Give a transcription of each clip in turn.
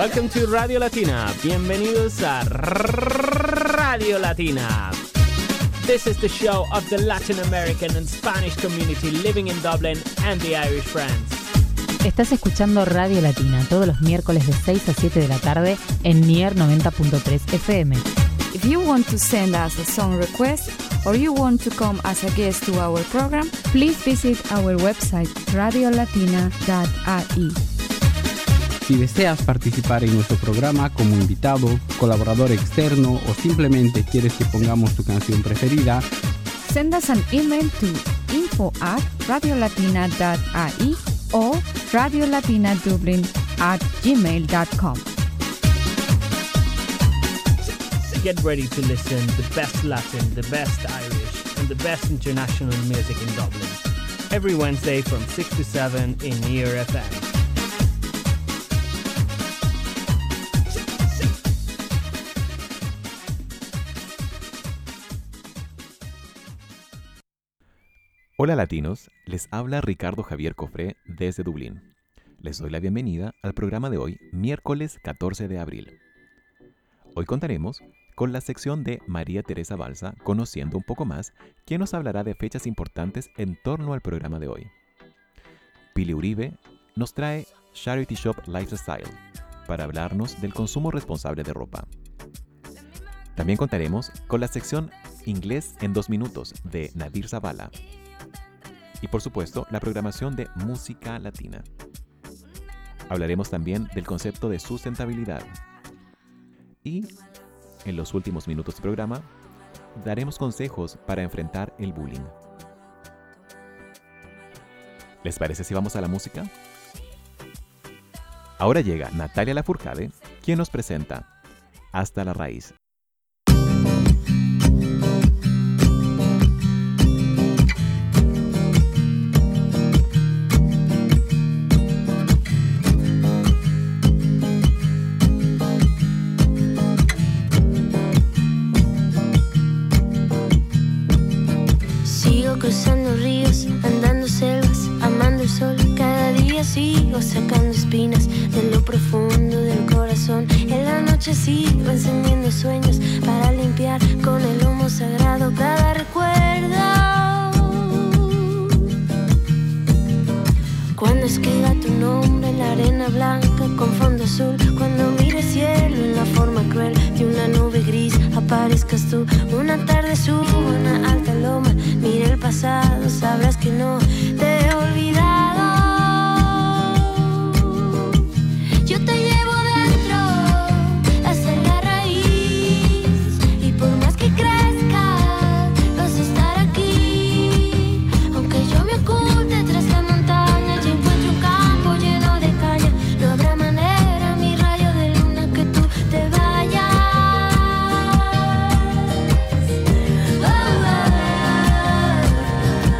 welcome to Radio Latina. Bienvenidos a Radio Latina. This is the show of the Latin American and Spanish community living in Dublin and the Irish friends. Estás escuchando Radio Latina todos los miércoles de 6 a 7 de la tarde en Nier 90.3 FM. If you want to send us a song request or you want to come as a guest to our program, please visit our website radiolatina.ai. Si deseas participar en nuestro programa como invitado, colaborador externo o simplemente quieres que pongamos tu canción preferida, send us an email to info@radiolatina.ai or radiolatina@gmail.com. Get ready to listen to the best Latin, the best Irish, and the best international music in Dublin. Every Wednesday from 6 to 7 in Nier FM. Hola latinos, les habla Ricardo Javier Cofré desde Dublín. Les doy la bienvenida al programa de hoy, miércoles 14 de abril. Hoy contaremos con la sección de María Teresa Balsa, Conociendo un poco más, quien nos hablará de fechas importantes en torno al programa de hoy. Pili Uribe nos trae Charity Shop Lifestyle para hablarnos del consumo responsable de ropa. También contaremos con la sección Inglés en 2 minutos de Nadir Zavala. Y por supuesto, la programación de música latina. Hablaremos también del concepto de sustentabilidad. Y en los últimos minutos del programa, daremos consejos para enfrentar el bullying. ¿Les parece si vamos a la música? Ahora llega Natalia Lafourcade, quien nos presenta Hasta la Raíz. Cruzando ríos, andando selvas, amando el sol. Cada día sigo sacando espinas de lo profundo del corazón. En la noche sigo encendiendo sueños para limpiar con el humo sagrado cada recuerdo. Cuando escriba tu nombre en la arena blanca con fondo azul, cuando mire cielo en la forma cruel de una nube gris, aparezcas tú. Una tarde subo a una alta loma, mira el pasado, sabrás que no te he olvidado. Yo te llevo dentro hasta la raíz, y por más que crezca vas a estar aquí. Aunque yo me oculte tras la montaña y encuentre un campo lleno de caña, no habrá manera, mi rayo de luna, que tú te vayas. Oh, oh, oh.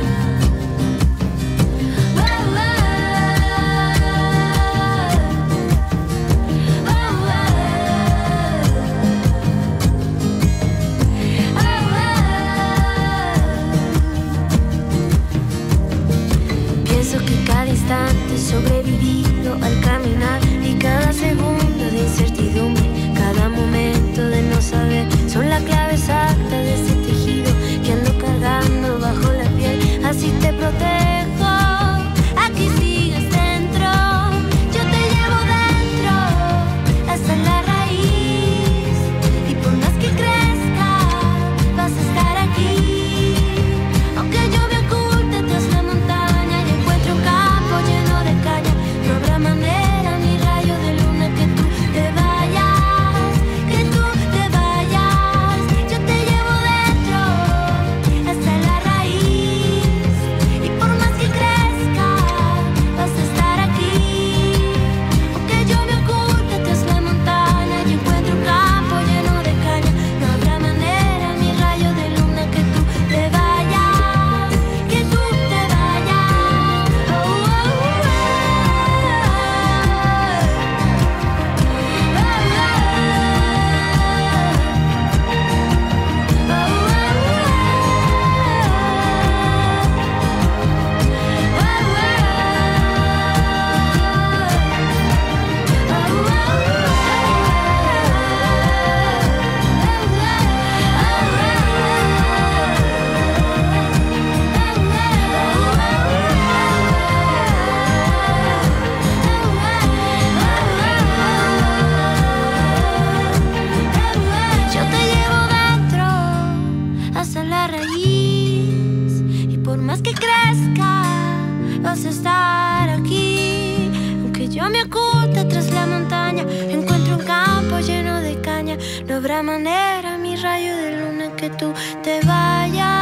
habrá manera, mi rayo de luna, que tú te vayas.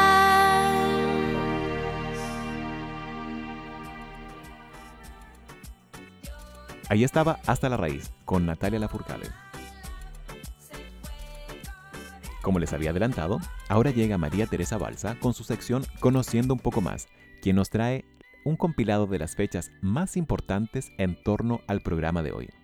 Ahí estaba Hasta la Raíz, con Natalia Lafourcade. Como les había adelantado, ahora llega María Teresa Balsa con su sección Conociendo un poco más, quien nos trae un compilado de las fechas más importantes en torno al programa de hoy.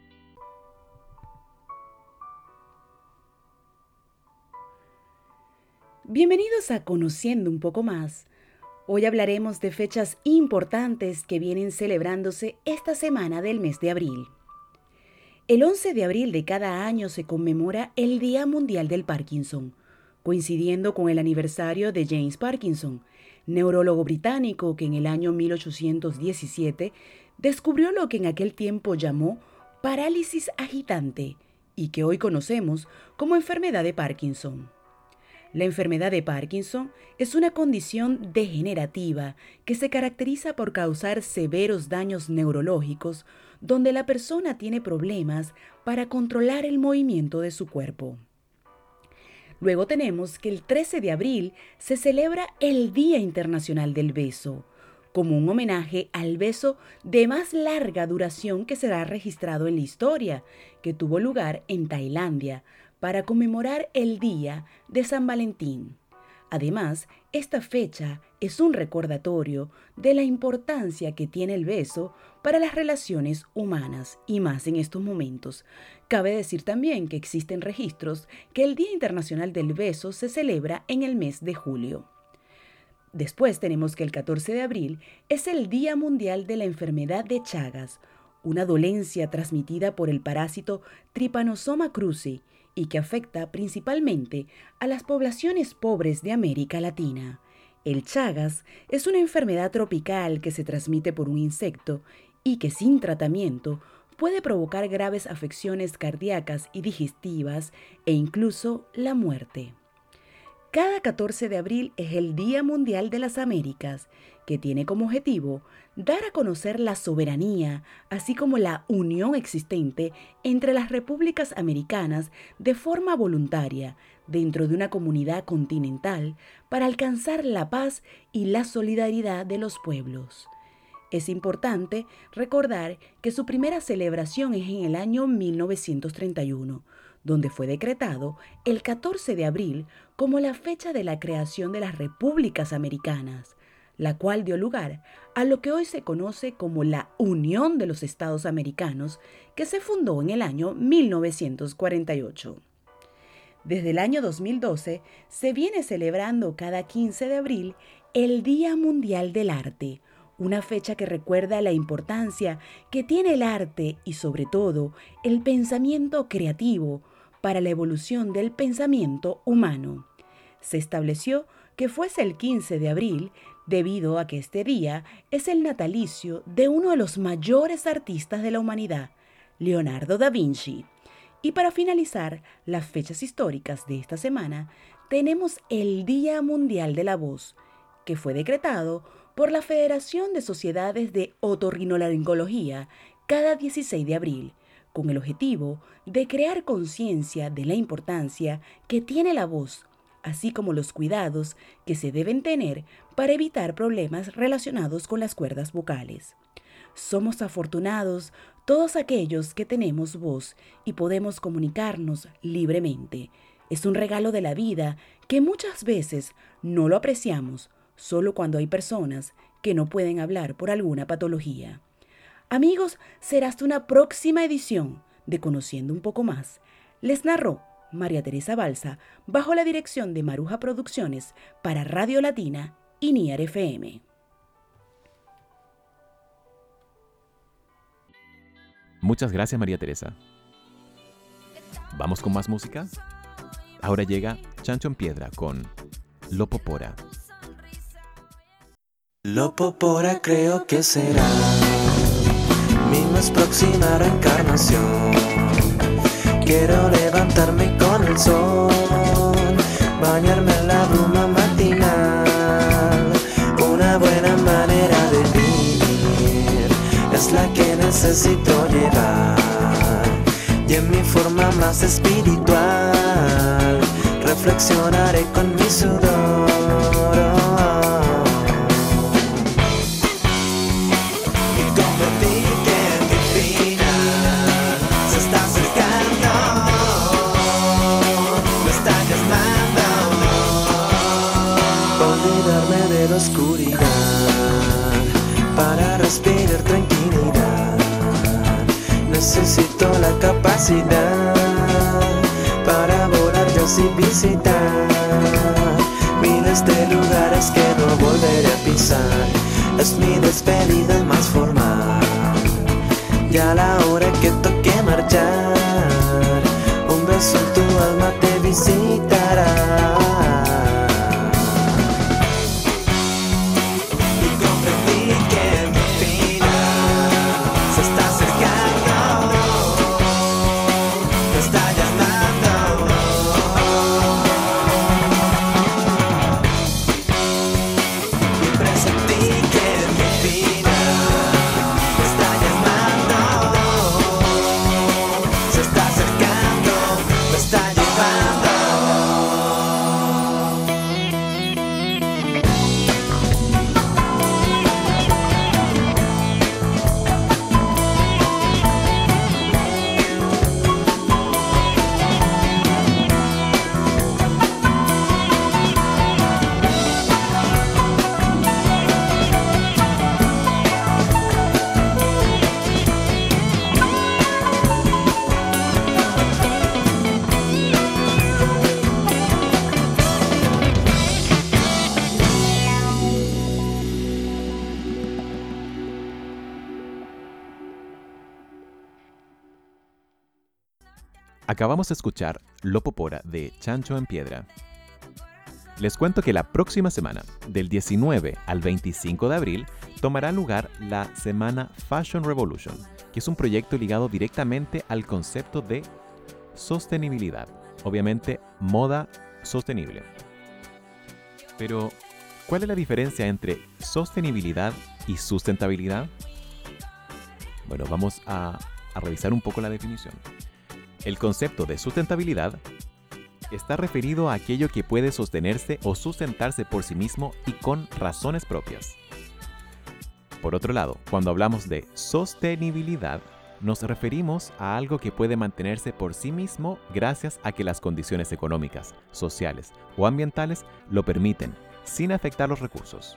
Bienvenidos a Conociendo un poco más. Hoy hablaremos de fechas importantes que vienen celebrándose esta semana del mes de abril. El 11 de abril de cada año se conmemora el Día Mundial del Parkinson, coincidiendo con el aniversario de James Parkinson, neurólogo británico que en el año 1817 descubrió lo que en aquel tiempo llamó parálisis agitante y que hoy conocemos como enfermedad de Parkinson. La enfermedad de Parkinson es una condición degenerativa que se caracteriza por causar severos daños neurológicos donde la persona tiene problemas para controlar el movimiento de su cuerpo. Luego tenemos que el 13 de abril se celebra el Día Internacional del Beso, como un homenaje al beso de más larga duración que será registrado en la historia, que tuvo lugar en Tailandia, para conmemorar el Día de San Valentín. Además, esta fecha es un recordatorio de la importancia que tiene el beso para las relaciones humanas y más en estos momentos. Cabe decir también que existen registros que el Día Internacional del Beso se celebra en el mes de julio. Después tenemos que el 14 de abril es el Día Mundial de la Enfermedad de Chagas, una dolencia transmitida por el parásito Trypanosoma cruzi, y que afecta principalmente a las poblaciones pobres de América Latina. El Chagas es una enfermedad tropical que se transmite por un insecto y que sin tratamiento puede provocar graves afecciones cardíacas y digestivas e incluso la muerte. Cada 14 de abril es el Día Mundial de las Américas, que tiene como objetivo dar a conocer la soberanía, así como la unión existente entre las repúblicas americanas de forma voluntaria dentro de una comunidad continental para alcanzar la paz y la solidaridad de los pueblos. Es importante recordar que su primera celebración es en el año 1931, donde fue decretado el 14 de abril como la fecha de la creación de las repúblicas americanas, la cual dio lugar a lo que hoy se conoce como la Unión de los Estados Americanos, que se fundó en el año 1948. Desde el año 2012 se viene celebrando cada 15 de abril el Día Mundial del Arte, una fecha que recuerda la importancia que tiene el arte y sobre todo el pensamiento creativo para la evolución del pensamiento humano. Se estableció que fuese el 15 de abril debido a que este día es el natalicio de uno de los mayores artistas de la humanidad, Leonardo da Vinci. Y para finalizar las fechas históricas de esta semana, tenemos el Día Mundial de la Voz, que fue decretado por la Federación de Sociedades de Otorrinolaringología cada 16 de abril, con el objetivo de crear conciencia de la importancia que tiene la voz, así como los cuidados que se deben tener para evitar problemas relacionados con las cuerdas vocales. Somos afortunados todos aquellos que tenemos voz y podemos comunicarnos libremente. Es un regalo de la vida que muchas veces no lo apreciamos, solo cuando hay personas que no pueden hablar por alguna patología. Amigos, será hasta una próxima edición de Conociendo un poco más. Les narró María Teresa Balsa bajo la dirección de Maruja Producciones para Radio Latina y NIAR FM. Muchas gracias, María Teresa. ¿Vamos con más música? Ahora llega Chancho en Piedra con Lopopora. Lopopora creo que será mi más próxima reencarnación. Quiero levantarme con el sol, bañarme en la bruma matinal. Una buena manera de vivir es la que necesito llevar. Y en mi forma más espiritual reflexionaré con mi sudor. Y comprendí que mi final se está acercando, me está llamando. Olvidarme de la oscuridad para respirar tranquilidad. Necesito la capacidad para volar yo sin visitar miles de lugares que no volveré a pisar. Es mi despedida más formal. Ya la hora que toque marchar, un beso en tu alma te visitará. Y comprendí que mi final se está acercando, me está llamando. Y presentí que mi final me está llamando, se está acercando, me está llevando. Acabamos de escuchar Lopopora de Chancho en Piedra. Les cuento que la próxima semana, del 19 al 25 de abril, tomará lugar la Semana Fashion Revolution, que es un proyecto ligado directamente al concepto de sostenibilidad. Obviamente, moda sostenible. Pero, ¿cuál es la diferencia entre sostenibilidad y sustentabilidad? Bueno, vamos a revisar un poco la definición. El concepto de sustentabilidad está referido a aquello que puede sostenerse o sustentarse por sí mismo y con razones propias. Por otro lado, cuando hablamos de sostenibilidad, nos referimos a algo que puede mantenerse por sí mismo gracias a que las condiciones económicas, sociales o ambientales lo permiten, sin afectar los recursos.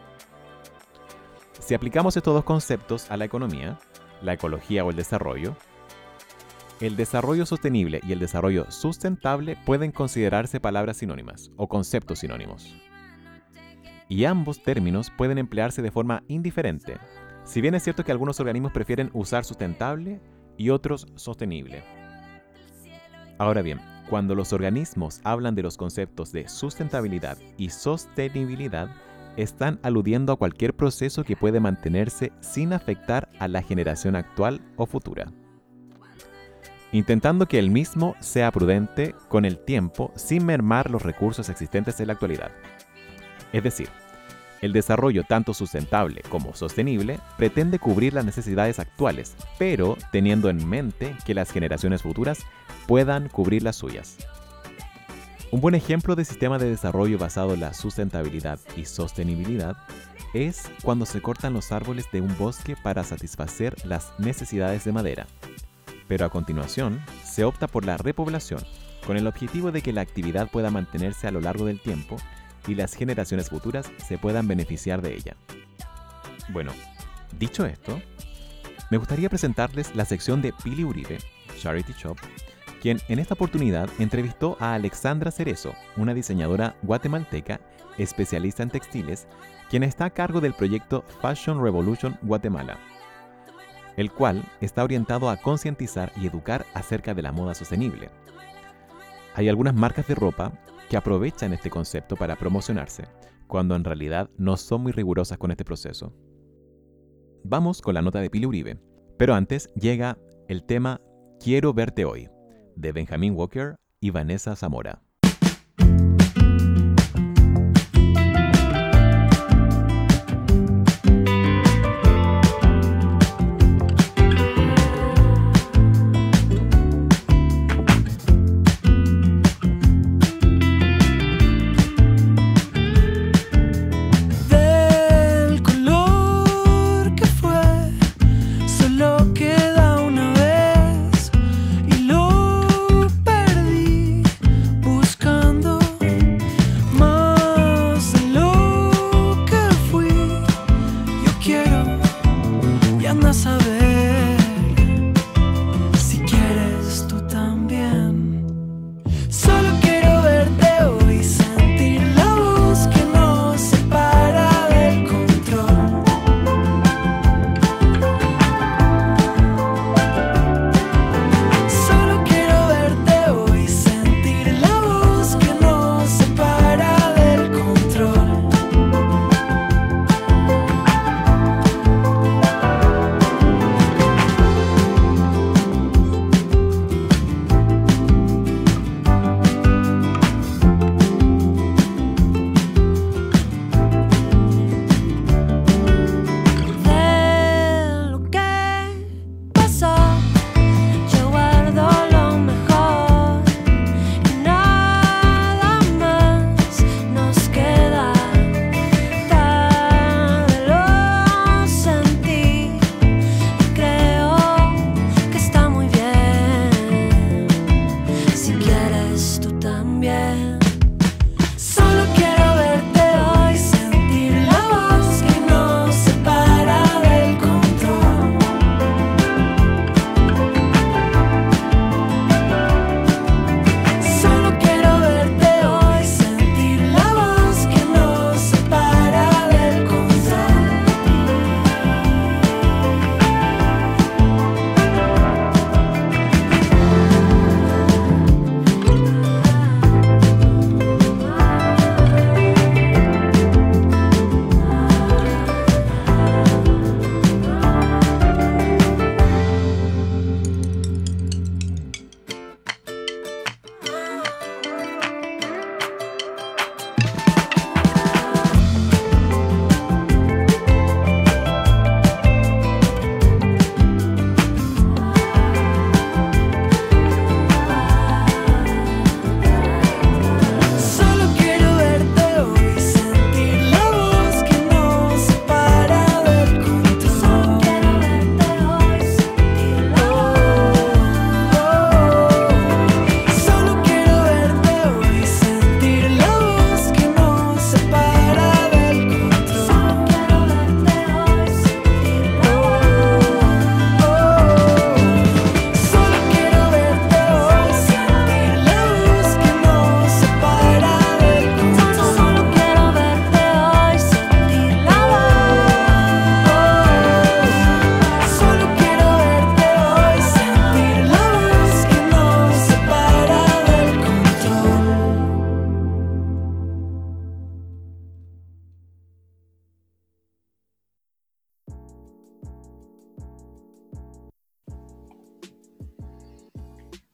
Si aplicamos estos dos conceptos a la economía, la ecología o el desarrollo sostenible y el desarrollo sustentable pueden considerarse palabras sinónimas o conceptos sinónimos. Y ambos términos pueden emplearse de forma indiferente, si bien es cierto que algunos organismos prefieren usar sustentable y otros sostenible. Ahora bien, cuando los organismos hablan de los conceptos de sustentabilidad y sostenibilidad, están aludiendo a cualquier proceso que puede mantenerse sin afectar a la generación actual o futura, intentando que el mismo sea prudente con el tiempo sin mermar los recursos existentes en la actualidad. Es decir, el desarrollo tanto sustentable como sostenible pretende cubrir las necesidades actuales, pero teniendo en mente que las generaciones futuras puedan cubrir las suyas. Un buen ejemplo de sistema de desarrollo basado en la sustentabilidad y sostenibilidad es cuando se cortan los árboles de un bosque para satisfacer las necesidades de madera, pero a continuación se opta por la repoblación, con el objetivo de que la actividad pueda mantenerse a lo largo del tiempo y las generaciones futuras se puedan beneficiar de ella. Bueno, dicho esto, me gustaría presentarles la sección de Pili Uribe, Charity Shop, quien en esta oportunidad entrevistó a Alexandra Cerezo, una diseñadora guatemalteca especialista en textiles, quien está a cargo del proyecto Fashion Revolution Guatemala, el cual está orientado a concientizar y educar acerca de la moda sostenible. Hay algunas marcas de ropa que aprovechan este concepto para promocionarse, cuando en realidad no son muy rigurosas con este proceso. Vamos con la nota de Pili Uribe, pero antes llega el tema Quiero verte hoy, de Benjamin Walker y Vanessa Zamora.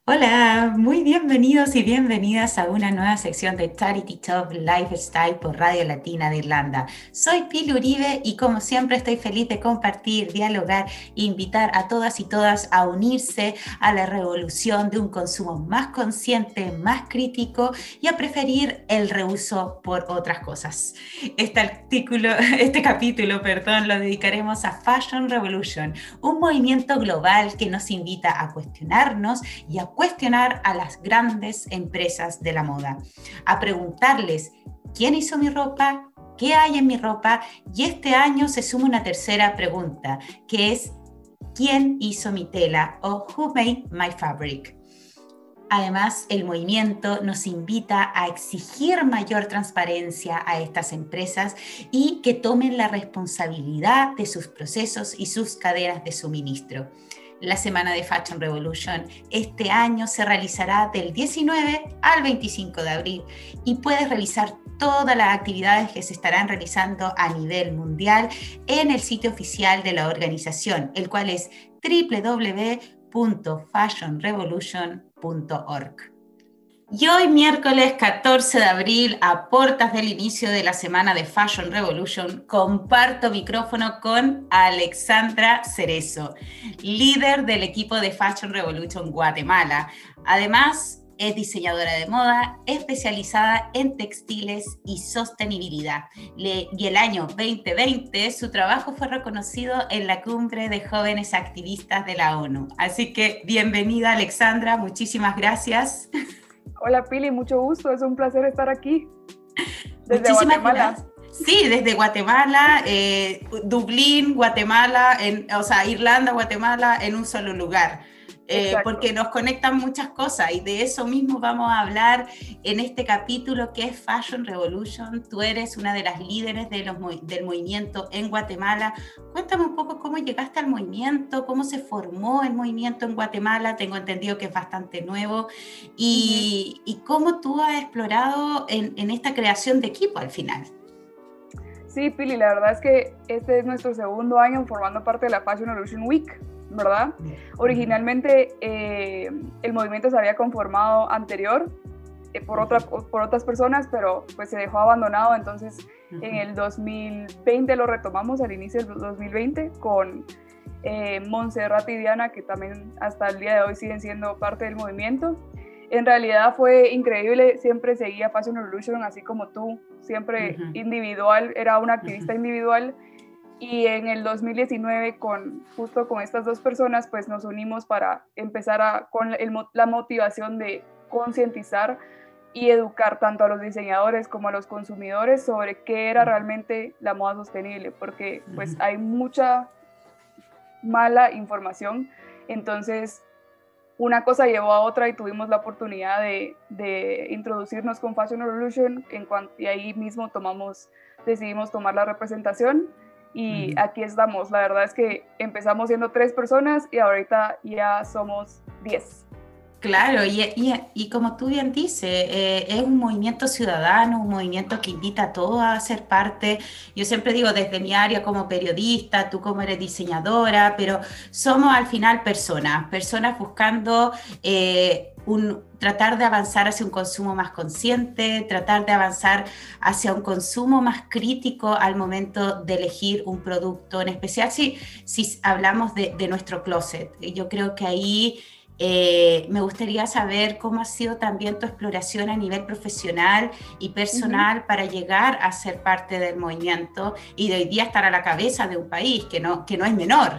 Hola, muy bienvenidos y bienvenidas a una nueva sección de Charity Top Lifestyle por Radio Latina de Irlanda. Soy Pili Uribe y como siempre estoy feliz de compartir, dialogar e invitar a todas y todas a unirse a la revolución de un consumo más consciente, más crítico y a preferir el reuso por otras cosas. Este capítulo, lo dedicaremos a Fashion Revolution, un movimiento global que nos invita a cuestionarnos y a cuestionar a las grandes empresas de la moda, a preguntarles quién hizo mi ropa, qué hay en mi ropa, y este año se suma una tercera pregunta, que es ¿quién hizo mi tela? O Who made my fabric? Además, el movimiento nos invita a exigir mayor transparencia a estas empresas y que tomen la responsabilidad de sus procesos y sus cadenas de suministro. La Semana de Fashion Revolution este año se realizará del 19 al 25 de abril y puedes revisar todas las actividades que se estarán realizando a nivel mundial en el sitio oficial de la organización, el cual es www.fashionrevolution.org. Y hoy, miércoles 14 de abril, a puertas del inicio de la semana de Fashion Revolution, comparto micrófono con Alexandra Cerezo, líder del equipo de Fashion Revolution Guatemala. Además, es diseñadora de moda especializada en textiles y sostenibilidad. Y el año 2020 su trabajo fue reconocido en la Cumbre de Jóvenes Activistas de la ONU. Así que bienvenida, Alexandra, muchísimas gracias. Hola Pili, mucho gusto, es un placer estar aquí desde Muchísimas Guatemala. Gracias. Sí, desde Guatemala, Dublín, Guatemala, Irlanda, Guatemala, en un solo lugar. Porque nos conectan muchas cosas y de eso mismo vamos a hablar en este capítulo que es Fashion Revolution. Tú eres una de las líderes del movimiento en Guatemala. Cuéntame un poco cómo llegaste al movimiento, cómo se formó el movimiento en Guatemala. Tengo entendido que es bastante nuevo y cómo tú has explorado en esta creación de equipo al final. Sí, Pili, la verdad es que este es nuestro segundo año formando parte de la Fashion Revolution Week, ¿verdad? Originalmente el movimiento se había conformado anterior por otras personas, pero pues se dejó abandonado, entonces en el 2020 lo retomamos, al inicio del 2020, con Montserrat y Diana, que también hasta el día de hoy siguen siendo parte del movimiento. En realidad fue increíble, siempre seguía Fashion Revolution así como tú, siempre individual, era una activista individual. Y en el 2019, justo con estas dos personas, pues nos unimos para empezar con la motivación de concientizar y educar tanto a los diseñadores como a los consumidores sobre qué era realmente la moda sostenible, porque pues hay mucha mala información. Entonces, una cosa llevó a otra y tuvimos la oportunidad de introducirnos con Fashion Revolution y ahí mismo decidimos tomar la representación. Y aquí estamos. La verdad es que empezamos siendo 3 personas y ahorita ya somos 10. Claro, y como tú bien dices, es un movimiento ciudadano, un movimiento que invita a todos a ser parte. Yo siempre digo, desde mi área como periodista, tú como eres diseñadora, pero somos al final personas buscando tratar de avanzar hacia un consumo más consciente, tratar de avanzar hacia un consumo más crítico al momento de elegir un producto, en especial si hablamos de nuestro closet. Yo creo que ahí me gustaría saber cómo ha sido también tu exploración a nivel profesional y personal para llegar a ser parte del movimiento y de hoy día estar a la cabeza de un país que no es menor.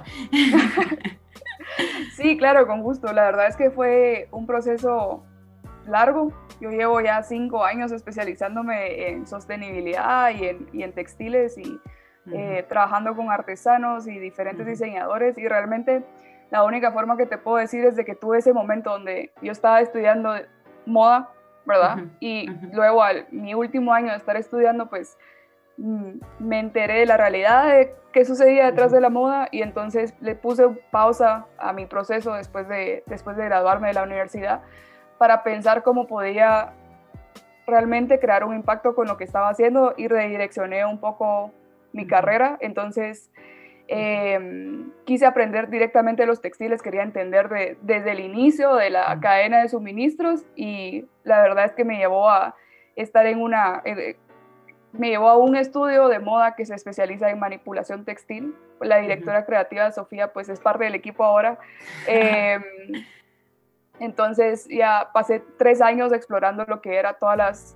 Sí, claro, con gusto. La verdad es que fue un proceso largo. Yo llevo ya 5 años especializándome en sostenibilidad y en textiles y trabajando con artesanos y diferentes diseñadores, y realmente la única forma que te puedo decir es de que tuve ese momento donde yo estaba estudiando moda, ¿verdad? Y luego mi último año de estar estudiando, pues me enteré de la realidad de qué sucedía detrás de la moda, y entonces le puse pausa a mi proceso después de graduarme de la universidad para pensar cómo podía realmente crear un impacto con lo que estaba haciendo, y redireccioné un poco mi carrera. Entonces Quise aprender directamente de los textiles, quería entender desde el inicio de la cadena de suministros, y la verdad es que me llevó a estar me llevó a un estudio de moda que se especializa en manipulación textil. La directora creativa, Sofía, pues es parte del equipo ahora. Entonces ya pasé 3 años explorando lo que era todas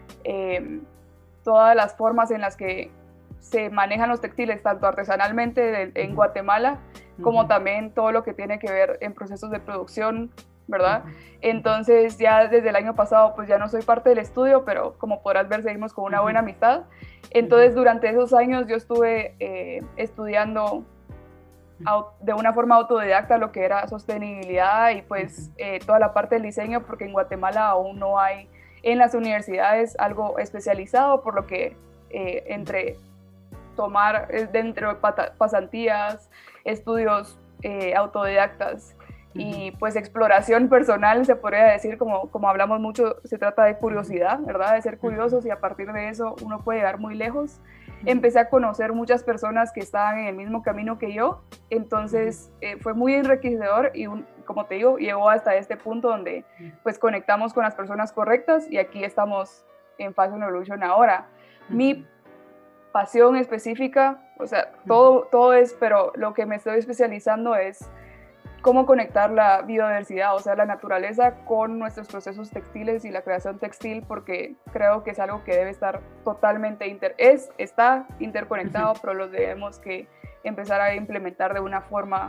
las formas en las que se manejan los textiles, tanto artesanalmente en Guatemala, como también todo lo que tiene que ver en procesos de producción, ¿verdad? Entonces ya desde el año pasado pues ya no soy parte del estudio, pero como podrás ver seguimos con una buena amistad. Entonces durante esos años yo estuve estudiando de una forma autodidacta lo que era sostenibilidad y pues toda la parte del diseño, porque en Guatemala aún no hay en las universidades algo especializado, por lo que entre tomar dentro de pasantías, estudios autodidactas y pues exploración personal, se podría decir, como hablamos mucho, se trata de curiosidad, ¿verdad? De ser curiosos, y a partir de eso uno puede llegar muy lejos. Empecé a conocer muchas personas que estaban en el mismo camino que yo, entonces fue muy enriquecedor y como te digo, llegó hasta este punto donde pues conectamos con las personas correctas y aquí estamos en Fashion Revolution ahora. Mi pasión específica, o sea, todo es, pero lo que me estoy especializando es cómo conectar la biodiversidad, o sea, la naturaleza con nuestros procesos textiles y la creación textil, porque creo que es algo que debe estar totalmente está interconectado, pero lo debemos que empezar a implementar de una forma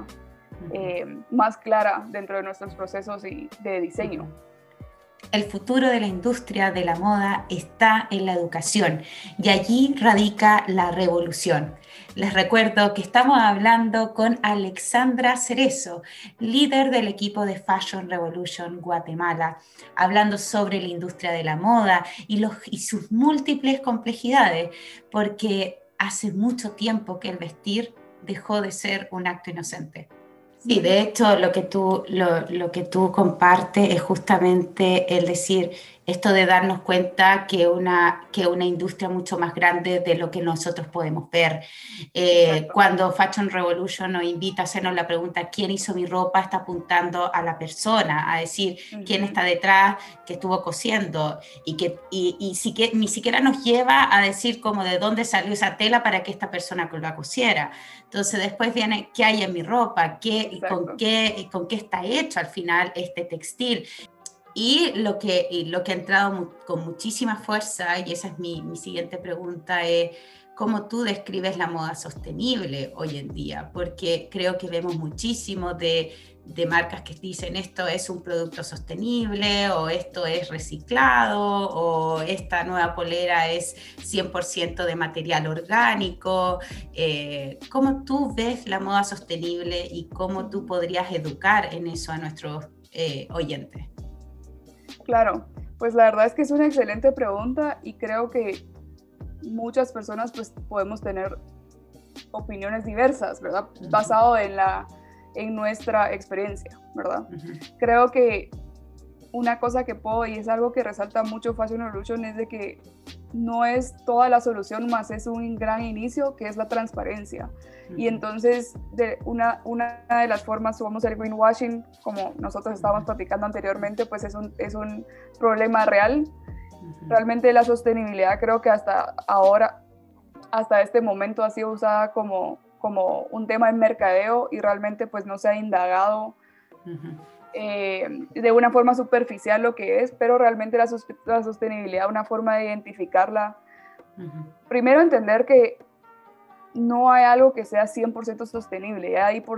más clara dentro de nuestros procesos de diseño. El futuro de la industria de la moda está en la educación y allí radica la revolución. Les recuerdo que estamos hablando con Alexandra Cerezo, líder del equipo de Fashion Revolution Guatemala, hablando sobre la industria de la moda y sus múltiples complejidades, porque hace mucho tiempo que el vestir dejó de ser un acto inocente. Sí, de hecho lo que tú compartes es justamente el decir esto de darnos cuenta que una industria mucho más grande de lo que nosotros podemos ver. Cuando Fashion Revolution nos invita a hacernos la pregunta ¿quién hizo mi ropa?, está apuntando a la persona, a decir quién está detrás, que estuvo cosiendo, y ni siquiera nos lleva a decir como de dónde salió esa tela para que esta persona la cosiera. Entonces después viene qué hay en mi ropa, con qué está hecho al final este textil. Y lo que ha entrado con muchísima fuerza, y esa es mi siguiente pregunta, es cómo tú describes la moda sostenible hoy en día, porque creo que vemos muchísimo de marcas que dicen esto es un producto sostenible, o esto es reciclado, o esta nueva polera es 100% de material orgánico. ¿Cómo tú ves la moda sostenible y cómo tú podrías educar en eso a nuestros oyentes? Claro, pues la verdad es que es una excelente pregunta y creo que muchas personas pues podemos tener opiniones diversas, ¿verdad? Basado en nuestra experiencia, ¿verdad? Creo que una cosa que y es algo que resalta mucho Fashion Revolution, es de que no es toda la solución, más es un gran inicio, que es la transparencia. Y entonces una de las formas, vamos a el greenwashing, como nosotros estábamos platicando anteriormente, pues es un problema real. Realmente la sostenibilidad creo que hasta ahora, hasta este momento ha sido usada como un tema en mercadeo, y realmente pues no se ha indagado de una forma superficial lo que es, pero realmente la sostenibilidad, una forma de identificarla. Primero, entender que no hay algo que sea 100% sostenible, y ahí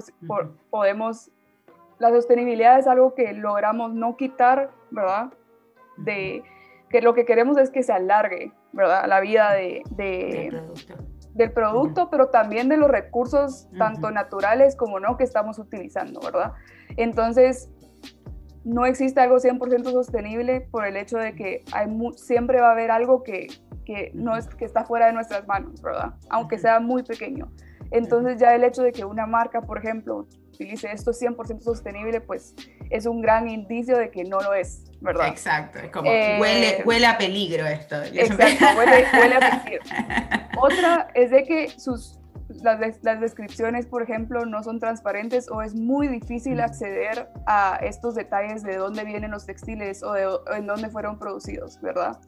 la sostenibilidad es algo que logramos no quitar, ¿verdad? Que lo que queremos es que se alargue, ¿verdad?, la vida del producto, pero también de los recursos, tanto naturales como no, que estamos utilizando, ¿verdad? Entonces, no existe algo 100% sostenible por el hecho de que siempre va a haber algo que está fuera de nuestras manos, ¿verdad? Aunque sea muy pequeño. Entonces ya el hecho de que una marca, por ejemplo, utilice esto 100% sostenible, pues es un gran indicio de que no lo es, ¿verdad? Exacto, es como huele a peligro esto. Exacto, huele a peligro. Otra es de que las descripciones, por ejemplo, no son transparentes o es muy difícil acceder a estos detalles de dónde vienen los textiles o en dónde fueron producidos, ¿verdad?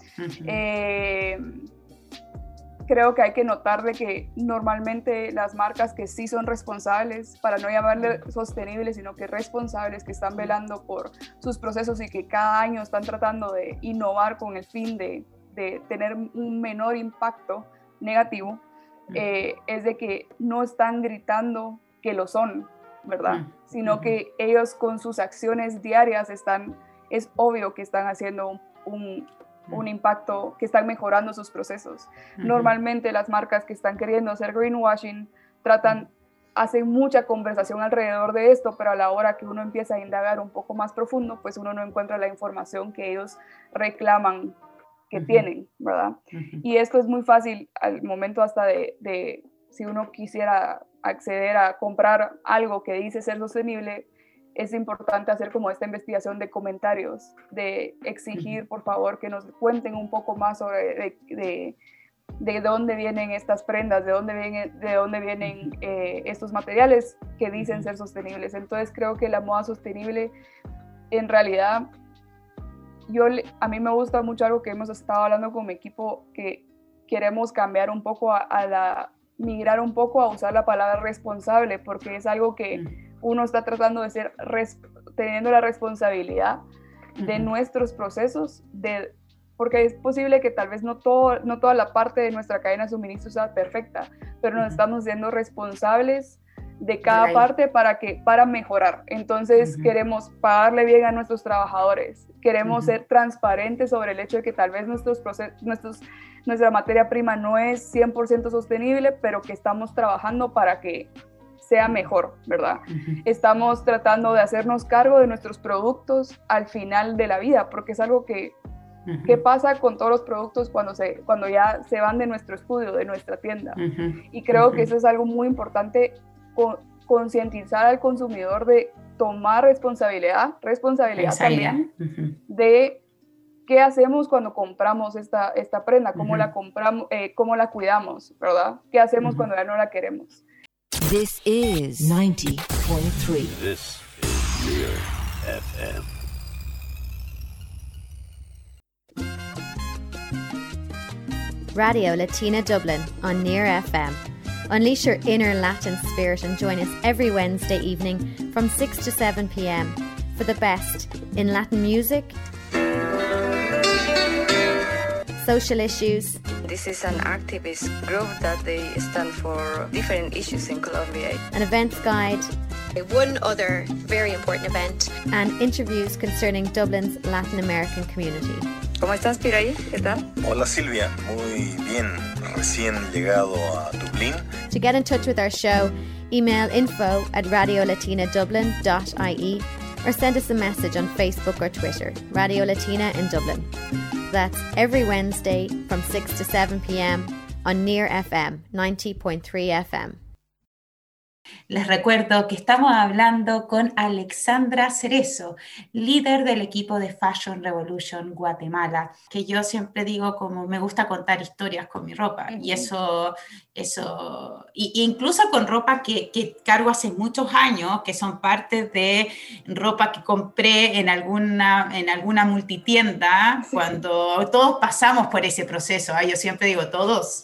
Creo que hay que notar de que normalmente las marcas que sí son responsables, para no llamarle sostenibles, sino que responsables, que están velando por sus procesos y que cada año están tratando de innovar con el fin de tener un menor impacto negativo, es de que no están gritando que lo son, ¿verdad? Sino que ellos con sus acciones diarias es obvio que están haciendo un impacto, que están mejorando sus procesos. Normalmente las marcas que están queriendo hacer greenwashing hacen mucha conversación alrededor de esto, pero a la hora que uno empieza a indagar un poco más profundo, pues uno no encuentra la información que ellos reclaman que tienen, ¿verdad? Y esto es muy fácil al momento hasta de si uno quisiera acceder a comprar algo que dice ser sostenible, es importante hacer como esta investigación de comentarios, de exigir, por favor, que nos cuenten un poco más sobre de dónde vienen estas prendas, de dónde vienen estos materiales que dicen ser sostenibles. Entonces creo que la moda sostenible, en realidad, a mí me gusta mucho algo que hemos estado hablando con mi equipo, que queremos cambiar un poco migrar un poco a usar la palabra responsable, porque es algo que uno está tratando de ser, teniendo la responsabilidad de nuestros procesos, porque es posible que tal vez no toda la parte de nuestra cadena de suministro sea perfecta, pero nos estamos siendo responsables de cada parte para mejorar. Entonces queremos pagarle bien a nuestros trabajadores, queremos ser transparentes sobre el hecho de que tal vez nuestra materia prima no es 100% sostenible, pero que estamos trabajando para que sea mejor, ¿verdad? Estamos tratando de hacernos cargo de nuestros productos al final de la vida, porque es algo que pasa con todos los productos cuando ya se van de nuestro estudio, de nuestra tienda. Y creo que eso es algo muy importante, concientizar al consumidor de tomar responsabilidad también de qué hacemos cuando compramos esta prenda, cómo la compramos, cómo la cuidamos, ¿verdad? ¿Qué hacemos cuando ya no la queremos? This is 90.3. This is Near FM. Radio Latina Dublin on Near FM. Unleash your inner Latin spirit and join us every Wednesday evening from 6 to 7 p.m. for the best in Latin music, social issues. This is an activist group that they stand for different issues in Colombia. An events guide. One other very important event. And interviews concerning Dublin's Latin American community. ¿Cómo estás, Piraí? ¿Qué tal? Hola, Silvia. Muy bien. Recién llegado a Dublín. To get in touch with our show, email info@radiolatinadublin.ie or send us a message on Facebook or Twitter, Radio Latina in Dublin. That's every Wednesday from 6 to 7 p.m. on Near FM 90.3 FM. Les recuerdo que estamos hablando con Alexandra Cerezo, líder del equipo de Fashion Revolution Guatemala, que yo siempre digo como me gusta contar historias con mi ropa, y eso incluso con ropa que cargo hace muchos años, que son parte de ropa que compré en alguna multitienda, cuando todos pasamos por ese proceso. Yo siempre digo todos.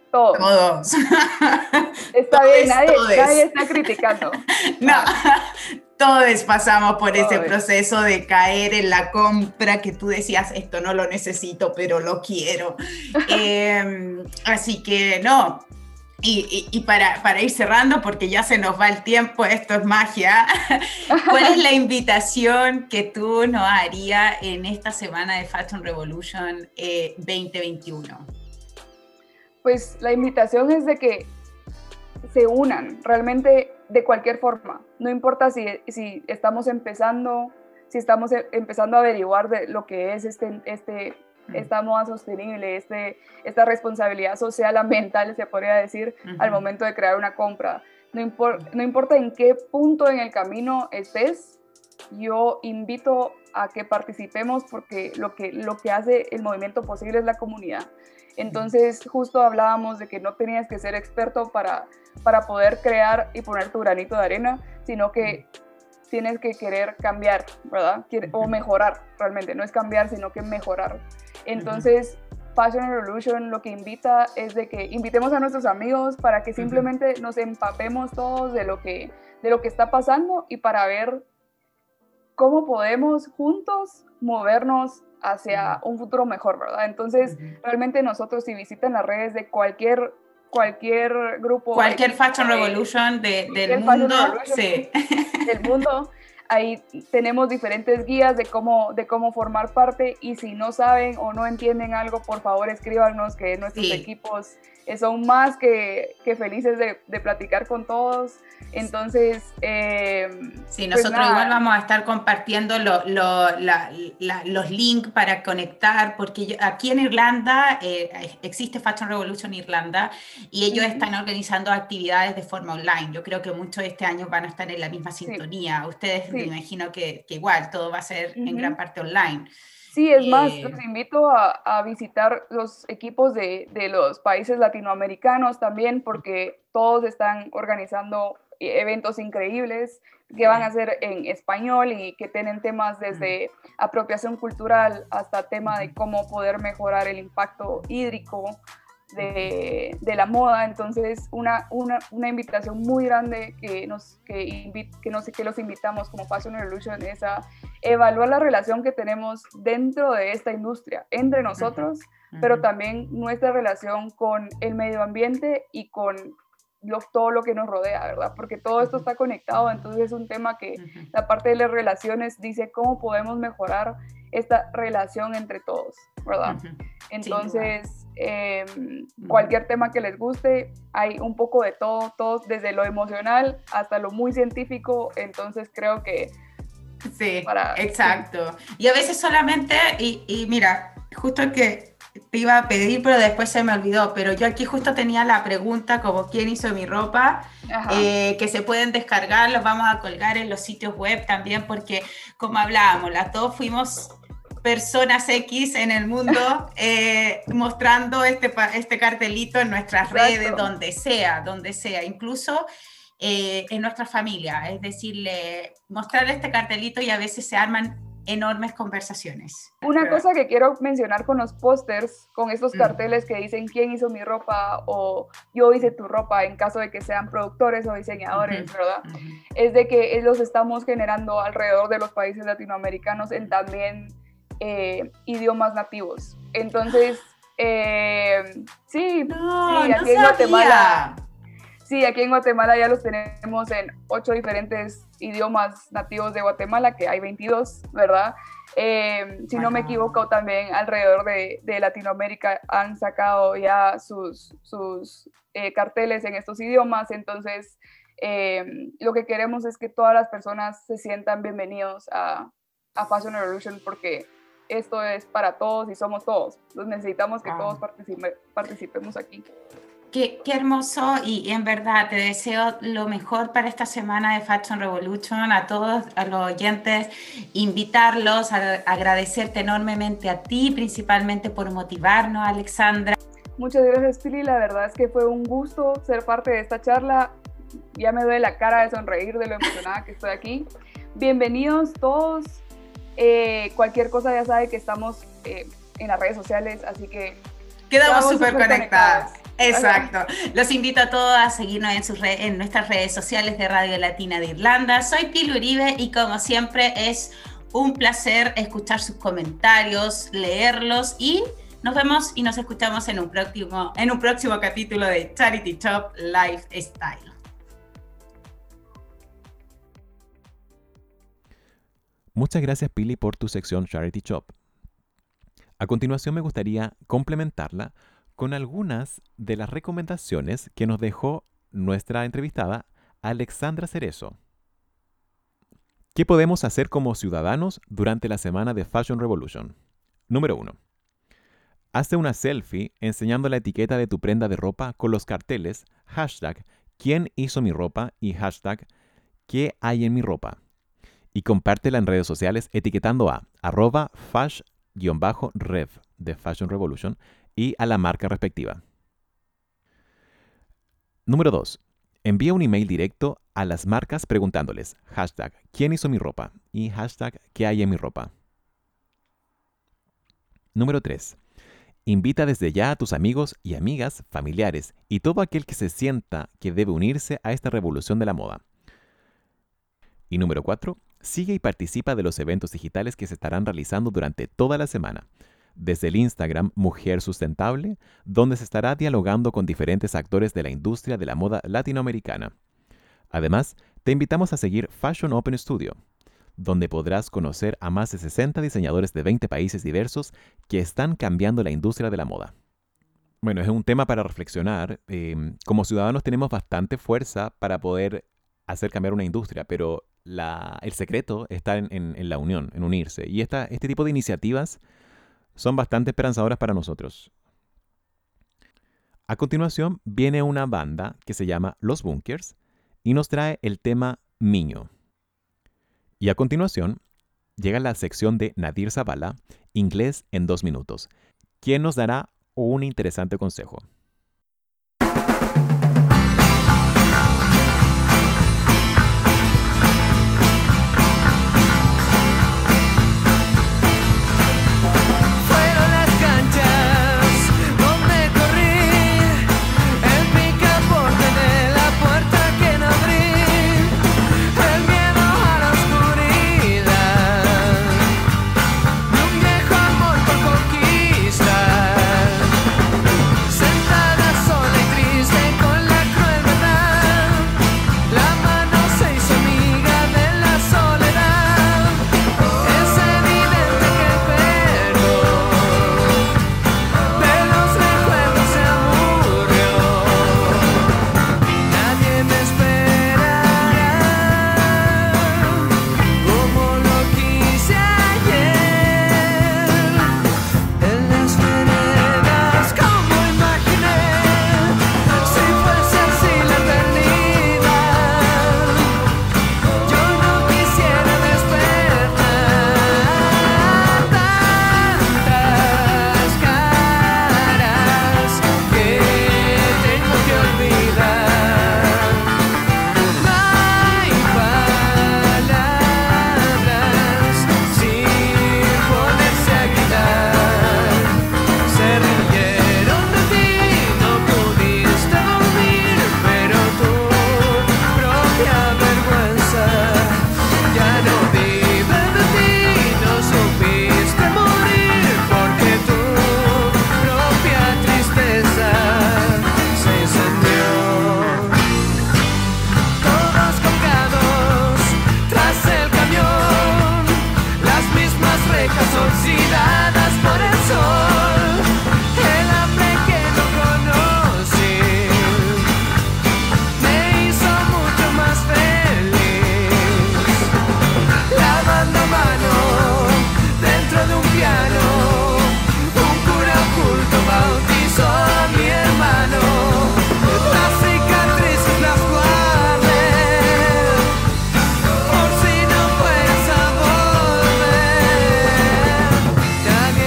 Está bien, nadie está criticando. No, todos pasamos por ese proceso de caer en la compra que tú decías, esto no lo necesito, pero lo quiero. Así que no. Y para ir cerrando, porque ya se nos va el tiempo, esto es magia, ¿cuál es la invitación que tú nos harías en esta semana de Fashion Revolution 2021? Pues la invitación es de que se unan realmente de cualquier forma. No importa si estamos empezando a averiguar de lo que es esta moda sostenible, esta responsabilidad social, ambiental, se podría decir, al momento de crear una compra. No importa en qué punto en el camino estés, yo invito a que participemos porque lo que hace el movimiento posible es la comunidad. Entonces, justo hablábamos de que no tenías que ser experto para poder crear y poner tu granito de arena, sino que tienes que querer cambiar, ¿verdad? O mejorar, realmente. No es cambiar, sino que mejorar. Entonces, Fashion Revolution lo que invita es de que invitemos a nuestros amigos para que simplemente nos empapemos todos de lo que está pasando y para ver cómo podemos juntos movernos hacia un futuro mejor, ¿verdad? Entonces, realmente nosotros, si visitan las redes de cualquier grupo... Cualquier Fashion Revolution del mundo, sí. Del mundo, ahí tenemos diferentes guías de cómo formar parte, y si no saben o no entienden algo, por favor escríbanos, que nuestros equipos son más que felices de platicar con todos. Entonces, sí, nosotros pues igual vamos a estar compartiendo los links para conectar, porque aquí en Irlanda existe Fashion Revolution Irlanda y ellos están organizando actividades de forma online. Yo creo que muchos de este año van a estar en la misma sintonía. Ustedes me imagino que igual todo va a ser en gran parte online. Sí, es más, los invito a visitar los equipos de los países latinoamericanos también, porque todos están organizando eventos increíbles que van a ser en español y que tienen temas desde apropiación cultural hasta tema de cómo poder mejorar el impacto hídrico de la moda. Entonces, una invitación muy grande que los invitamos como Fashion Revolution es a evaluar la relación que tenemos dentro de esta industria, entre nosotros, pero también nuestra relación con el medio ambiente y con todo lo que nos rodea, ¿verdad? Porque todo esto está conectado. Entonces es un tema que la parte de las relaciones dice cómo podemos mejorar esta relación entre todos, ¿verdad? Entonces, cualquier tema que les guste, hay un poco de todo desde lo emocional hasta lo muy científico. Entonces creo que sí, exacto. Y a veces solamente, y mira, justo que te iba a pedir, pero después se me olvidó, pero yo aquí justo tenía la pregunta como quién hizo mi ropa, que se pueden descargar, los vamos a colgar en los sitios web también, porque como hablábamos, las dos fuimos personas X en el mundo, mostrando este cartelito en nuestras redes, donde sea, incluso en nuestra familia, es decir, mostrar este cartelito, y a veces se arman enormes conversaciones. Una cosa que quiero mencionar con los pósters, con estos carteles que dicen quién hizo mi ropa o yo hice tu ropa, en caso de que sean productores o diseñadores, ¿verdad? Es de que los estamos generando alrededor de los países latinoamericanos en también idiomas nativos. Entonces, aquí en Guatemala... Sí, aquí en Guatemala ya los tenemos en 8 diferentes idiomas nativos de Guatemala, que hay 22, ¿verdad? Si no me equivoco, también alrededor de Latinoamérica han sacado ya sus carteles en estos idiomas. Entonces, lo que queremos es que todas las personas se sientan bienvenidos a Fashion Revolution, porque esto es para todos y somos todos. Entonces necesitamos que todos participemos aquí. Qué hermoso, y en verdad te deseo lo mejor para esta semana de Fashion Revolution. A todos, a los oyentes, invitarlos, a agradecerte enormemente a ti, principalmente por motivarnos, Alexandra. Muchas gracias, Pili. La verdad es que fue un gusto ser parte de esta charla. Ya me duele la cara de sonreír de lo emocionada que estoy aquí. Bienvenidos todos. Cualquier cosa ya sabe que estamos en las redes sociales, así que quedamos súper conectadas. Exacto. Los invito a todos a seguirnos en nuestras redes sociales de Radio Latina de Irlanda. Soy Pili Uribe y como siempre es un placer escuchar sus comentarios, leerlos, y nos vemos y nos escuchamos en un próximo capítulo de Charity Shop Lifestyle. Muchas gracias, Pili, por tu sección Charity Shop. A continuación me gustaría complementarla con algunas de las recomendaciones que nos dejó nuestra entrevistada Alexandra Cerezo. ¿Qué podemos hacer como ciudadanos durante la semana de Fashion Revolution? Número 1. Hazte una selfie enseñando la etiqueta de tu prenda de ropa con los carteles hashtag ¿Quién hizo mi ropa? Y hashtag ¿Qué hay en mi ropa? y compártela en redes sociales etiquetando a @fash_rev de Fashion Revolution y a la marca respectiva. Número 2. Envía un email directo a las marcas preguntándoles #¿Quién hizo mi ropa? Y #¿Qué hay en mi ropa? Número 3. Invita desde ya a tus amigos y amigas, familiares y todo aquel que se sienta que debe unirse a esta revolución de la moda. Y número 4. Sigue y participa de los eventos digitales que se estarán realizando durante toda la semana. Desde el Instagram Mujer Sustentable, donde se estará dialogando con diferentes actores de la industria de la moda latinoamericana. Además, te invitamos a seguir Fashion Open Studio, donde podrás conocer a más de 60 diseñadores de 20 países diversos que están cambiando la industria de la moda. Bueno, es un tema para reflexionar. Como ciudadanos tenemos bastante fuerza para poder hacer cambiar una industria, pero el secreto está en la unión, en unirse. Y este tipo de iniciativas son bastante esperanzadoras para nosotros. A continuación viene una banda que se llama Los Bunkers y nos trae el tema Miño. Y a continuación llega la sección de Nadir Zavala, Inglés en 2 minutos, quien nos dará un interesante consejo. Nadie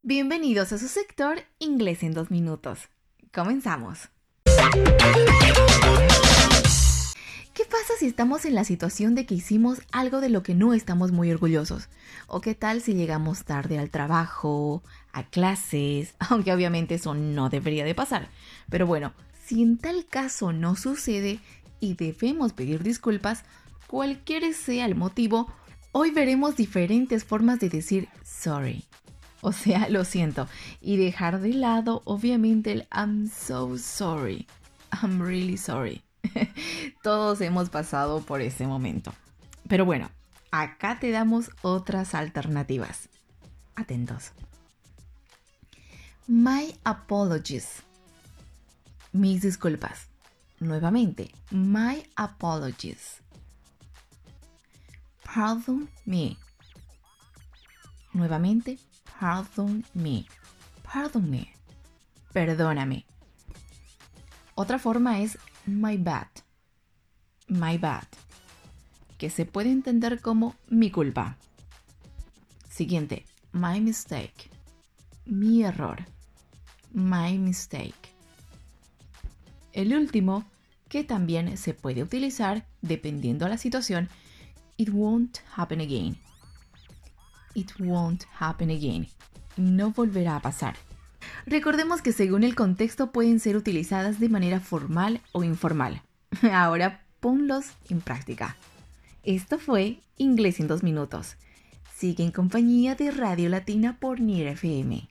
Bienvenidos a su sector Inglés en 2 minutos. Comenzamos. ¿Qué pasa si estamos en la situación de que hicimos algo de lo que no estamos muy orgullosos? ¿O qué tal si llegamos tarde al trabajo, a clases? Aunque obviamente eso no debería de pasar. Pero bueno, si en tal caso no sucede y debemos pedir disculpas, cualquiera sea el motivo, hoy veremos diferentes formas de decir sorry. O sea, lo siento. Y dejar de lado, obviamente, el I'm so sorry. I'm really sorry. Todos hemos pasado por ese momento. Pero bueno, acá te damos otras alternativas. Atentos. My apologies. Mis disculpas. Nuevamente, my apologies. Pardon me. Nuevamente, pardon me. Pardon me. Perdóname. Otra forma es my bad. My bad. Que se puede entender como mi culpa. Siguiente, my mistake. Mi error. My mistake. El último, que también se puede utilizar dependiendo de la situación, it won't happen again. It won't happen again. No volverá a pasar. Recordemos que según el contexto pueden ser utilizadas de manera formal o informal. Ahora ponlos en práctica. Esto fue Inglés en 2 minutos. Sigue en compañía de Radio Latina por Nier FM.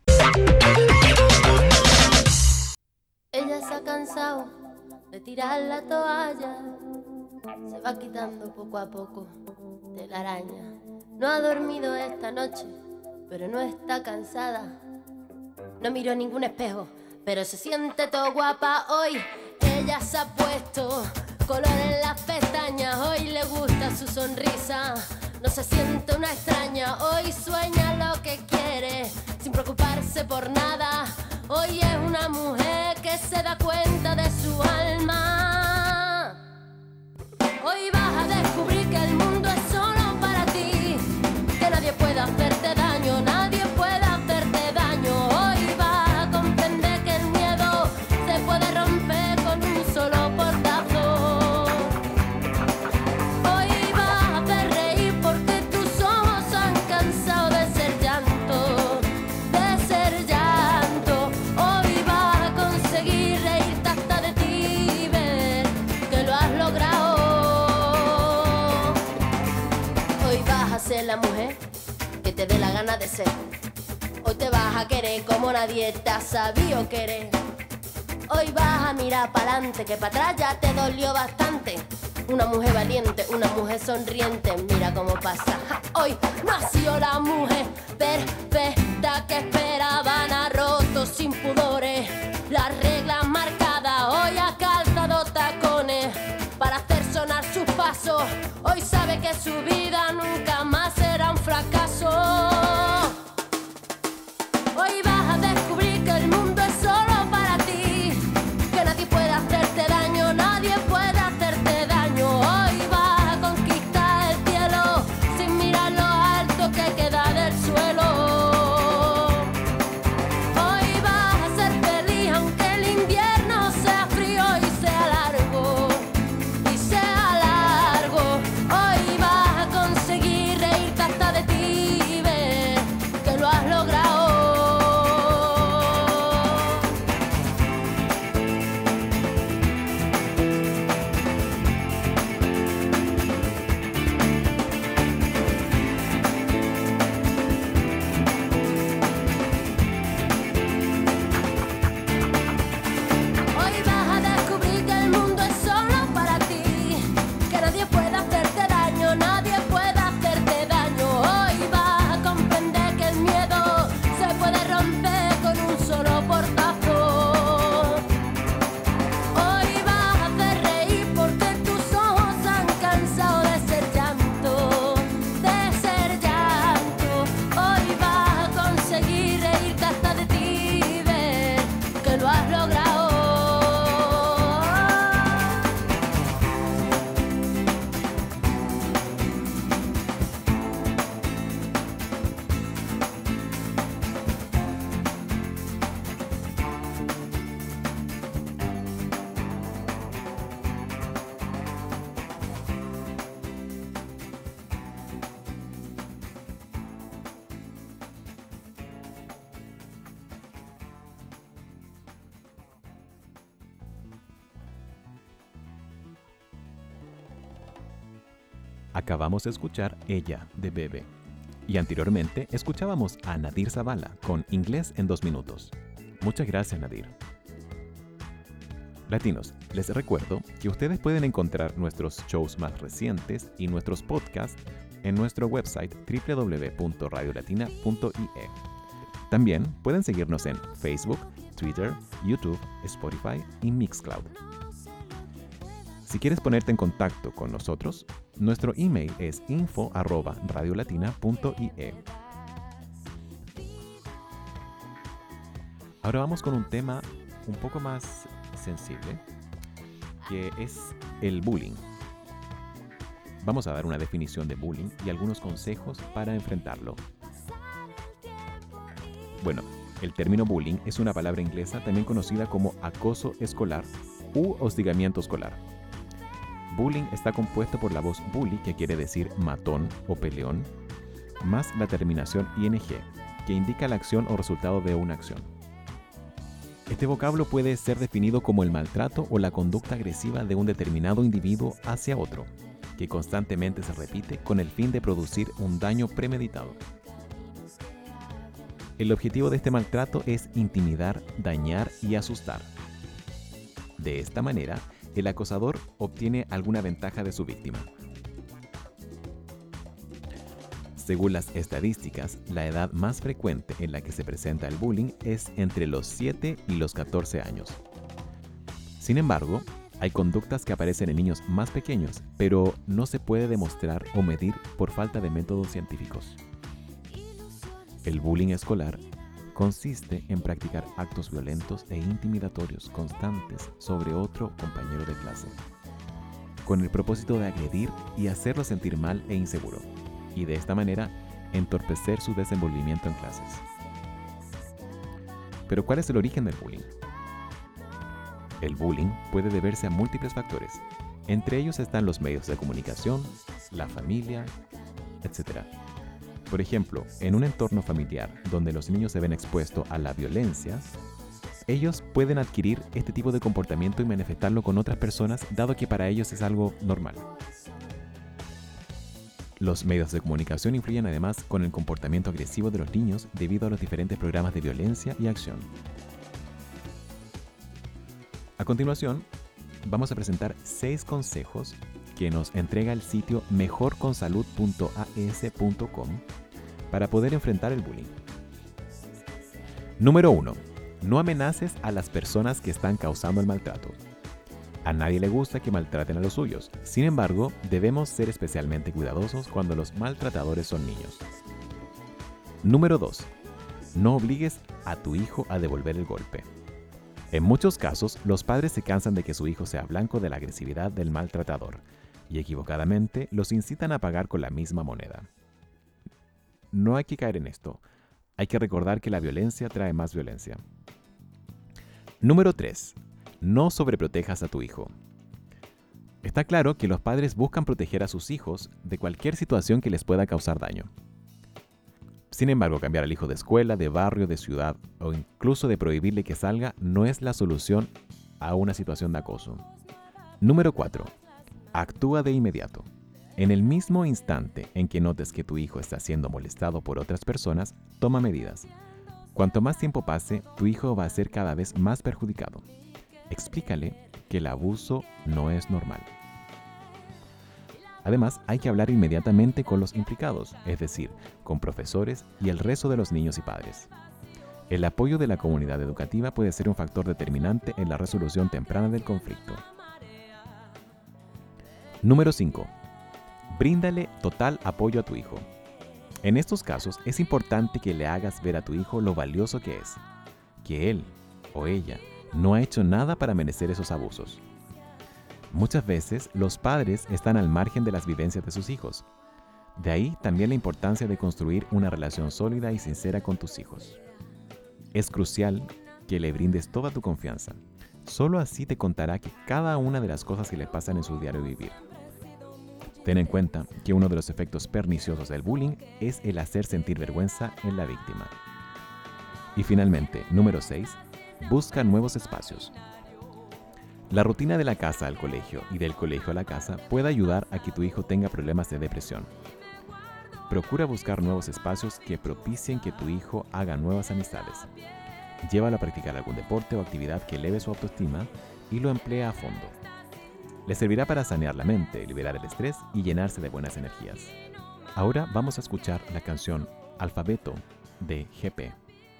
Ella se ha cansado de tirar la toalla, se va quitando poco a poco de la araña. No ha dormido esta noche, pero no está cansada. No miró ningún espejo, pero se siente todo guapa hoy. Ella se ha puesto color en las pestañas, hoy le gusta su sonrisa. No se siente una extraña, hoy sueña lo que quiere, sin preocuparse por nada. Hoy es una mujer que se da cuenta de su alma. Hoy vas a descubrir que el mundo es solo para ti, que nadie puede hacerte daño, nadie puede hacerte daño. Hoy vas a comprender que el miedo se puede romper con un solo portazo. Hoy vas a hacer reír porque tus ojos han cansado de ser llanto, de ser llanto. Hoy vas a conseguir reírte hasta de ti, ver que lo has logrado. Hoy vas a ser la mujer que te dé la gana de ser. Hoy te vas a querer como nadie te ha sabido querer. Hoy vas a mirar para adelante, que para atrás ya te dolió bastante. Una mujer valiente, una mujer sonriente, mira cómo pasa. Hoy nació la mujer perfecta que esperaban, ha roto sin pudores las reglas marcadas. Hoy ha calzado tacones para hacer sonar sus pasos. Hoy sabe que su vida nunca más será un fracaso. Hoy vas a descubrir que el mundo es solo para ti, que nadie puede hacerte daño, nadie puede hacerte daño. Hoy vas a conquistar el cielo sin mirar lo alto que queda del suelo. Hoy vas a ser feliz aunque el invierno sea frío y sea largo, y sea largo. Hoy vas a conseguir reírte hasta de ti y ver Acabamos de escuchar Ella, de Bebe. Y anteriormente escuchábamos a Nadir Zavala con Inglés en 2 minutos. Muchas gracias, Nadir. Latinos, les recuerdo que ustedes pueden encontrar nuestros shows más recientes y nuestros podcasts en nuestro website www.radiolatina.ie. También pueden seguirnos en Facebook, Twitter, YouTube, Spotify y Mixcloud. Si quieres ponerte en contacto con nosotros, nuestro email es info@radiolatina.ie. Ahora vamos con un tema un poco más sensible, que es el bullying. Vamos a dar una definición de bullying y algunos consejos para enfrentarlo. Bueno, el término bullying es una palabra inglesa también conocida como acoso escolar u hostigamiento escolar. Bullying está compuesto por la voz bully, que quiere decir matón o peleón, más la terminación ing, que indica la acción o resultado de una acción. Este vocablo puede ser definido como el maltrato o la conducta agresiva de un determinado individuo hacia otro, que constantemente se repite con el fin de producir un daño premeditado. El objetivo de este maltrato es intimidar, dañar y asustar. De esta manera, el acosador obtiene alguna ventaja de su víctima. Según las estadísticas, la edad más frecuente en la que se presenta el bullying es entre los 7 y los 14 años. Sin embargo, hay conductas que aparecen en niños más pequeños, pero no se puede demostrar o medir por falta de métodos científicos. El bullying escolar consiste en practicar actos violentos e intimidatorios constantes sobre otro compañero de clase, con el propósito de agredir y hacerlo sentir mal e inseguro, y de esta manera entorpecer su desenvolvimiento en clases. Pero ¿cuál es el origen del bullying? El bullying puede deberse a múltiples factores. Entre ellos están los medios de comunicación, la familia, etc. Por ejemplo, en un entorno familiar donde los niños se ven expuestos a la violencia, ellos pueden adquirir este tipo de comportamiento y manifestarlo con otras personas, dado que para ellos es algo normal. Los medios de comunicación influyen además con el comportamiento agresivo de los niños debido a los diferentes programas de violencia y acción. A continuación, vamos a presentar 6 consejos que nos entrega el sitio mejorconsalud.as.com para poder enfrentar el bullying. Número 1. No amenaces a las personas que están causando el maltrato. A nadie le gusta que maltraten a los suyos. Sin embargo, debemos ser especialmente cuidadosos cuando los maltratadores son niños. Número 2. No obligues a tu hijo a devolver el golpe. En muchos casos, los padres se cansan de que su hijo sea blanco de la agresividad del maltratador y equivocadamente los incitan a pagar con la misma moneda. No hay que caer en esto. Hay que recordar que la violencia trae más violencia. Número 3. No sobreprotejas a tu hijo. Está claro que los padres buscan proteger a sus hijos de cualquier situación que les pueda causar daño. Sin embargo, cambiar al hijo de escuela, de barrio, de ciudad o incluso de prohibirle que salga no es la solución a una situación de acoso. Número 4. Actúa de inmediato. En el mismo instante en que notes que tu hijo está siendo molestado por otras personas, toma medidas. Cuanto más tiempo pase, tu hijo va a ser cada vez más perjudicado. Explícale que el abuso no es normal. Además, hay que hablar inmediatamente con los implicados, es decir, con profesores y el resto de los niños y padres. El apoyo de la comunidad educativa puede ser un factor determinante en la resolución temprana del conflicto. Número 5. Bríndale total apoyo a tu hijo. En estos casos, es importante que le hagas ver a tu hijo lo valioso que es, que él o ella no ha hecho nada para merecer esos abusos. Muchas veces, los padres están al margen de las vivencias de sus hijos. De ahí también la importancia de construir una relación sólida y sincera con tus hijos. Es crucial que le brindes toda tu confianza. Solo así te contará que cada una de las cosas que le pasan en su diario vivir. Ten en cuenta que uno de los efectos perniciosos del bullying es el hacer sentir vergüenza en la víctima. Y finalmente, número 6. Busca nuevos espacios. La rutina de la casa al colegio y del colegio a la casa puede ayudar a que tu hijo tenga problemas de depresión. Procura buscar nuevos espacios que propicien que tu hijo haga nuevas amistades. Llévalo a practicar algún deporte o actividad que eleve su autoestima y lo emplea a fondo. Le servirá para sanear la mente, liberar el estrés y llenarse de buenas energías. Ahora vamos a escuchar la canción Alfabeto de GP.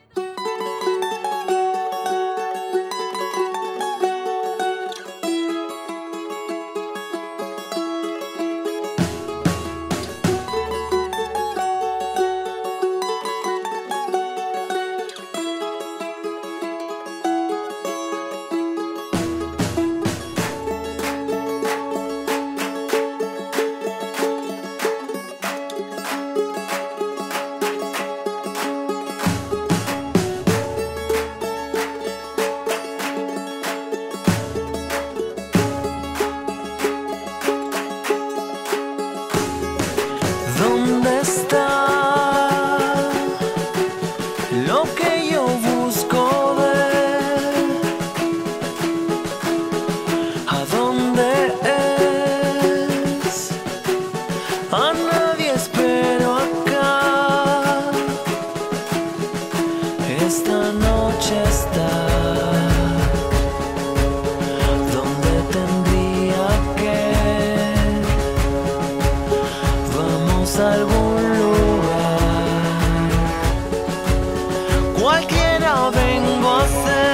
¿Dónde está lo que yo busco ver? ¿A dónde es? A nadie espero acá. Esta noche está donde tendría que. Vamos a algún lugar, cualquiera vengo a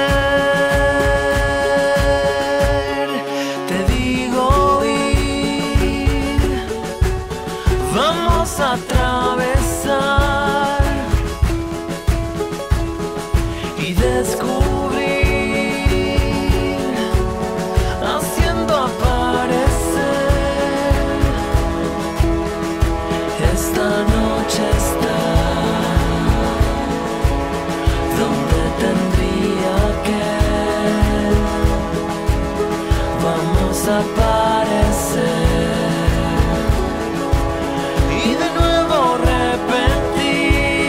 hacer. Te digo ir, vamos a atravesar y descubrir, haciendo aparecer. Esta noche está donde tendría que. Vamos a aparecer y de nuevo repetir.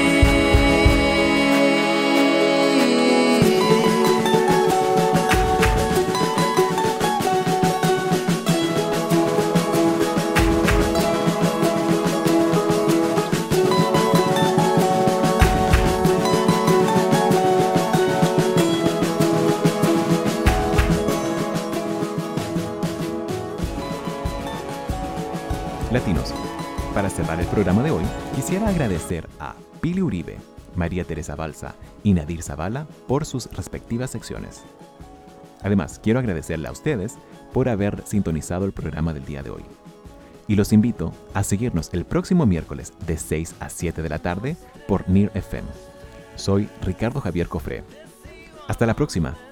Latinos, para cerrar el programa de hoy, quisiera agradecer a Pili Uribe, María Teresa Balsa y Nadir Zavala por sus respectivas secciones. Además, quiero agradecerle a ustedes por haber sintonizado el programa del día de hoy. Y los invito a seguirnos el próximo miércoles de 6 a 7 de la tarde por NIR FM. Soy Ricardo Javier Cofré. Hasta la próxima.